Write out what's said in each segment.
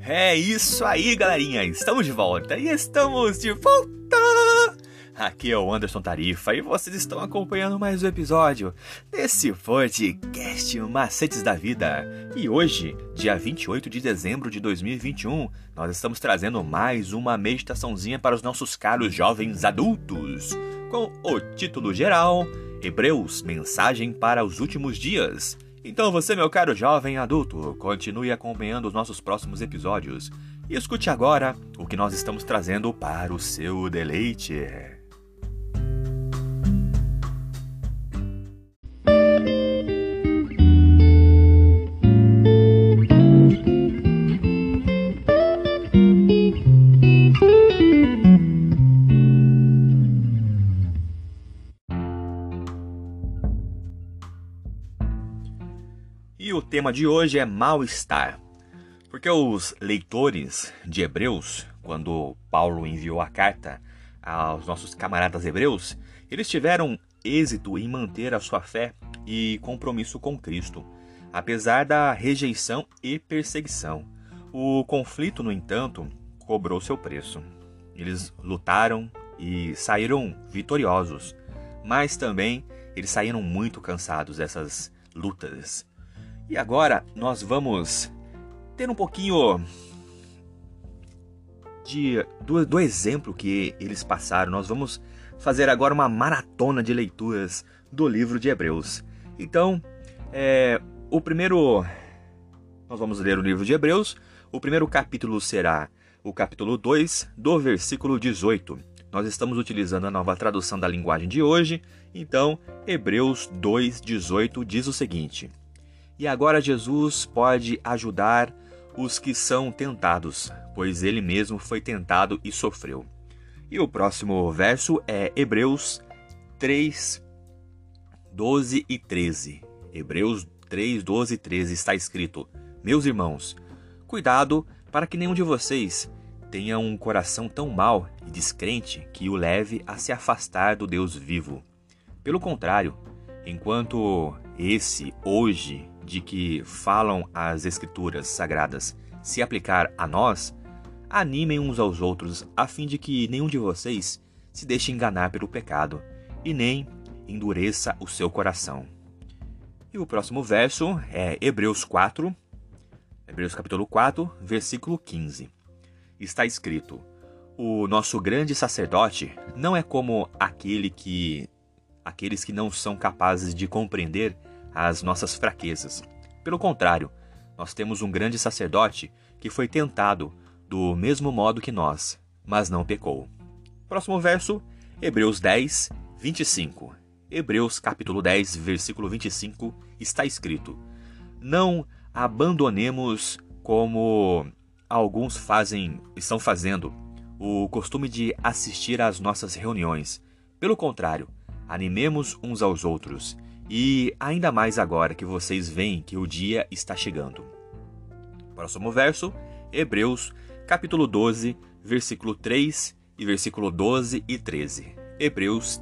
É isso aí, galerinha! Estamos de volta e estamos de volta! Aqui é o Anderson Tarifa e vocês estão acompanhando mais um episódio desse podcast Macetes da Vida. E hoje, dia 28 de dezembro de 2021, nós estamos trazendo mais uma meditaçãozinha para os nossos caros jovens adultos, com o título geral, Hebreus, Mensagem para os Últimos Dias. Então você, meu caro jovem adulto, continue acompanhando os nossos próximos episódios e escute agora o que nós estamos trazendo para o seu deleite. E o tema de hoje é mal-estar, porque os leitores de Hebreus, quando Paulo enviou a carta aos nossos camaradas hebreus, eles tiveram êxito em manter a sua fé e compromisso com Cristo, apesar da rejeição e perseguição. O conflito, no entanto, cobrou seu preço. Eles lutaram e saíram vitoriosos, mas também eles saíram muito cansados dessas lutas. E agora nós vamos ter um pouquinho do exemplo que eles passaram. Nós vamos fazer agora uma maratona de leituras do livro de Hebreus. Então, nós vamos ler o livro de Hebreus. O primeiro capítulo será o capítulo 2, do versículo 18. Nós estamos utilizando a nova tradução da linguagem de hoje. Então, Hebreus 2, 18 diz o seguinte: E agora Jesus pode ajudar os que são tentados, pois ele mesmo foi tentado e sofreu. E o próximo verso é Hebreus 3, 12 e 13. Hebreus 3, 12 e 13 está escrito: Meus irmãos, cuidado para que nenhum de vocês tenha um coração tão mau e descrente que o leve a se afastar do Deus vivo. Pelo contrário, enquanto esse hoje de que falam as Escrituras Sagradas se aplicar a nós, animem uns aos outros, a fim de que nenhum de vocês se deixe enganar pelo pecado, e nem endureça o seu coração. E o próximo verso é Hebreus capítulo 4, versículo 15. Está escrito: O nosso grande sacerdote não é como aqueles que não são capazes de compreender as nossas fraquezas. Pelo contrário, nós temos um grande sacerdote que foi tentado do mesmo modo que nós, mas não pecou. Próximo verso, Hebreus 10, 25. Hebreus capítulo 10, versículo 25, está escrito: Não abandonemos, como alguns estão fazendo, o costume de assistir às nossas reuniões. Pelo contrário, animemos uns aos outros, e ainda mais agora que vocês veem que o dia está chegando. Próximo verso, Hebreus, capítulo 12, versículo 3 e versículo 12 e 13. Hebreus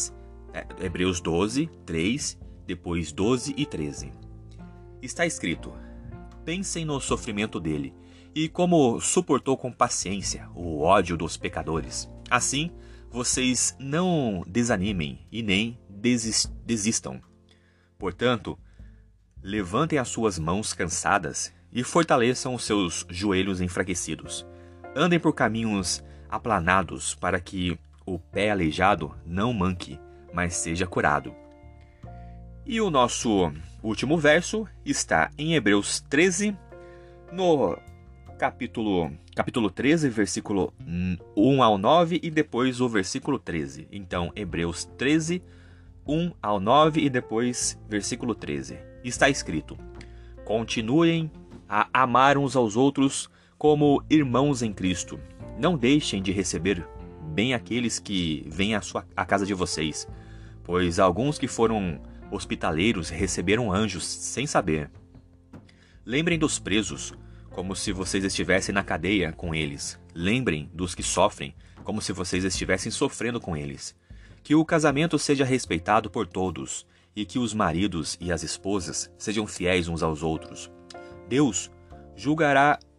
12, 3, depois 12 e 13. Está escrito: Pensem no sofrimento dele, e como suportou com paciência o ódio dos pecadores. Assim, vocês não desanimem e nem desistam. Portanto, levantem as suas mãos cansadas e fortaleçam os seus joelhos enfraquecidos. Andem por caminhos aplanados para que o pé aleijado não manque, mas seja curado. E o nosso último verso está em Hebreus 13, no capítulo 13, versículo 1 ao 9 e depois o versículo 13. Então, Hebreus 13, 1 ao 9 e depois versículo 13. Está escrito: Continuem a amar uns aos outros como irmãos em Cristo. Não deixem de receber bem aqueles que vêm à casa de vocês, pois alguns que foram hospitaleiros receberam anjos sem saber. Lembrem dos presos, como se vocês estivessem na cadeia com eles. Lembrem dos que sofrem, como se vocês estivessem sofrendo com eles. Que o casamento seja respeitado por todos, e que os maridos e as esposas sejam fiéis uns aos outros. Deus julgará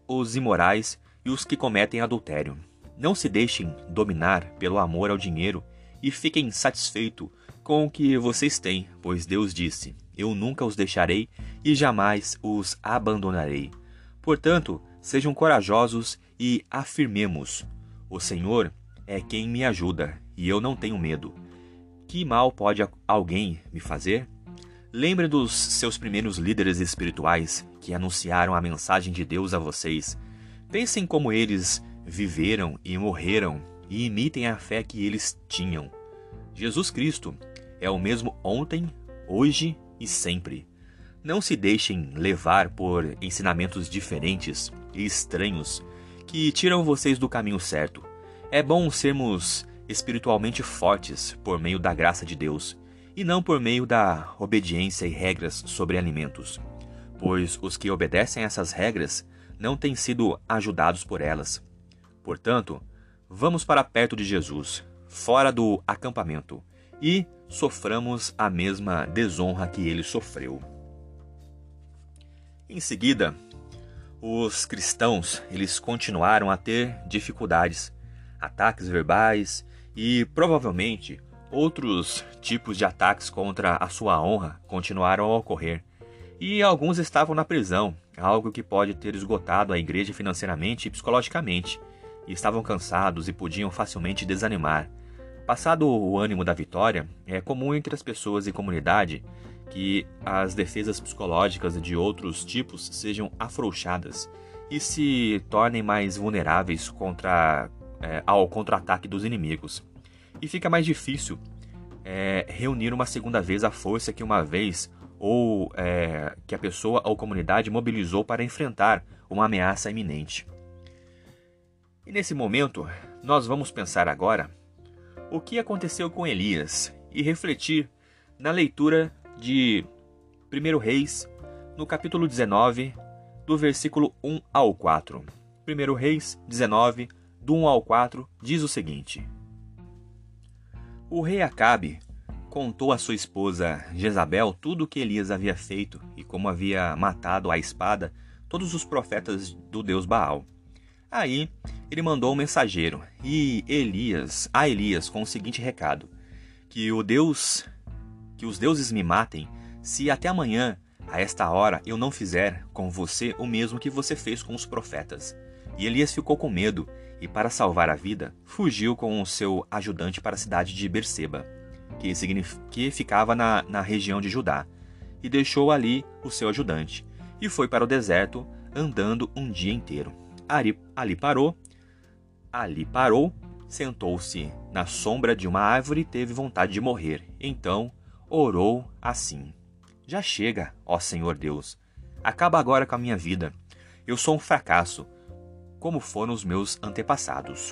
os imorais e os que cometem adultério. Não se deixem dominar pelo amor ao dinheiro e fiquem satisfeitos com o que vocês têm, pois Deus disse: eu nunca os deixarei e jamais os abandonarei. Portanto, sejam corajosos e afirmemos: o Senhor é quem me ajuda e eu não tenho medo. Que mal pode alguém me fazer? Lembre dos seus primeiros líderes espirituais que anunciaram a mensagem de Deus a vocês. Pensem como eles viveram e morreram e imitem a fé que eles tinham. Jesus Cristo é o mesmo ontem, hoje e sempre. Não se deixem levar por ensinamentos diferentes e estranhos que tiram vocês do caminho certo. É bom sermos espiritualmente fortes por meio da graça de Deus e não por meio da obediência e regras sobre alimentos, pois os que obedecem a essas regras não têm sido ajudados por elas. Portanto, vamos para perto de Jesus, fora do acampamento, e soframos a mesma desonra que ele sofreu. Em seguida, os cristãos eles continuaram a ter dificuldades, ataques verbais e provavelmente outros tipos de ataques contra a sua honra continuaram a ocorrer. E alguns estavam na prisão, algo que pode ter esgotado a igreja financeiramente e psicologicamente, e estavam cansados e podiam facilmente desanimar. Passado o ânimo da vitória, é comum entre as pessoas e comunidade que as defesas psicológicas de outros tipos sejam afrouxadas e se tornem mais vulneráveis ao contra-ataque dos inimigos. E fica mais difícil reunir uma segunda vez a força que uma vez ou que a pessoa ou comunidade mobilizou para enfrentar uma ameaça iminente. E nesse momento, nós vamos pensar agora o que aconteceu com Elias e refletir na leitura de 1 Reis, no capítulo 19, do versículo 1 ao 4. 1 Reis 19, do 1 ao 4, diz o seguinte: O rei Acabe contou à sua esposa Jezabel tudo o que Elias havia feito e como havia matado à espada todos os profetas do deus Baal. Aí ele mandou um mensageiro a Elias com o seguinte recado: que os deuses me matem se até amanhã, a esta hora, eu não fizer com você o mesmo que você fez com os profetas. E Elias ficou com medo e, para salvar a vida, fugiu com o seu ajudante para a cidade de Berseba, que ficava na região de Judá, e deixou ali o seu ajudante, e foi para o deserto, andando um dia inteiro. Ali parou, sentou-se na sombra de uma árvore e teve vontade de morrer. Então orou assim: Já chega, ó Senhor Deus, acaba agora com a minha vida. Eu sou um fracasso, como foram os meus antepassados.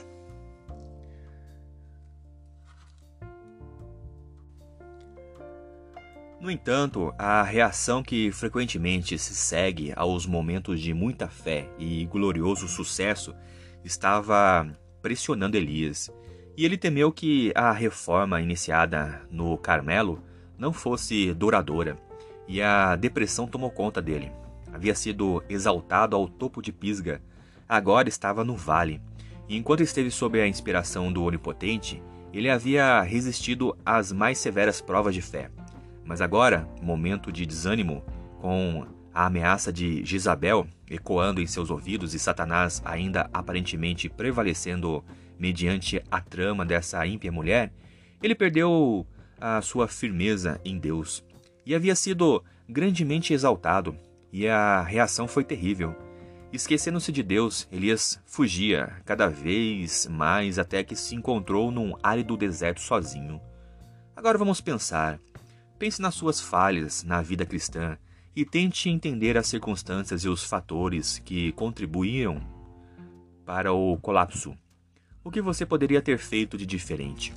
No entanto, a reação que frequentemente se segue aos momentos de muita fé e glorioso sucesso estava pressionando Elias, e ele temeu que a reforma iniciada no Carmelo não fosse duradoura, e a depressão tomou conta dele. Havia sido exaltado ao topo de Pisga, agora estava no vale, e enquanto esteve sob a inspiração do Onipotente, ele havia resistido às mais severas provas de fé. Mas agora, momento de desânimo, com a ameaça de Jezabel ecoando em seus ouvidos e Satanás ainda aparentemente prevalecendo mediante a trama dessa ímpia mulher, ele perdeu a sua firmeza em Deus e havia sido grandemente exaltado, e a reação foi terrível. Esquecendo-se de Deus, Elias fugia cada vez mais até que se encontrou num árido deserto sozinho. Agora vamos pensar. Pense nas suas falhas na vida cristã e tente entender as circunstâncias e os fatores que contribuíram para o colapso. O que você poderia ter feito de diferente?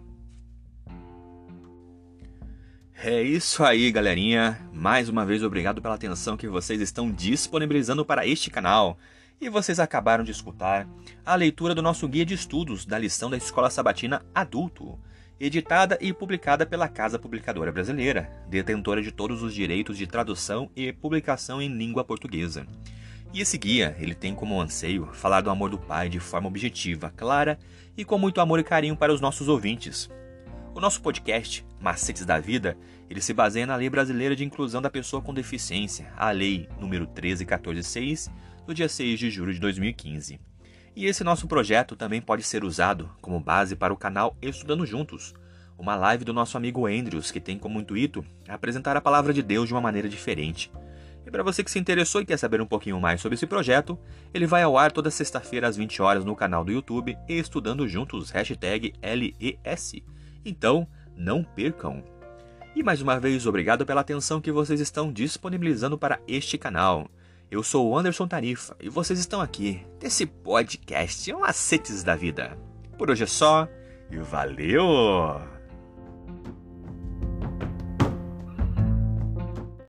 É isso aí, galerinha. Mais uma vez, obrigado pela atenção que vocês estão disponibilizando para este canal. E vocês acabaram de escutar a leitura do nosso guia de estudos da lição da Escola Sabatina Adulto, editada e publicada pela Casa Publicadora Brasileira, detentora de todos os direitos de tradução e publicação em língua portuguesa. E esse guia, ele tem como anseio falar do amor do Pai de forma objetiva, clara e com muito amor e carinho para os nossos ouvintes. O nosso podcast, Macetes da Vida, ele se baseia na Lei Brasileira de Inclusão da Pessoa com Deficiência, a Lei número 13146, do dia 6 de julho de 2015. E esse nosso projeto também pode ser usado como base para o canal Estudando Juntos, uma live do nosso amigo Andrews, que tem como intuito apresentar a palavra de Deus de uma maneira diferente. E para você que se interessou e quer saber um pouquinho mais sobre esse projeto, ele vai ao ar toda sexta-feira às 20 horas no canal do YouTube Estudando Juntos, #LES. Então, não percam! E mais uma vez, obrigado pela atenção que vocês estão disponibilizando para este canal. Eu sou o Anderson Tarifa e vocês estão aqui nesse podcast Macetes da Vida. Por hoje é só e valeu!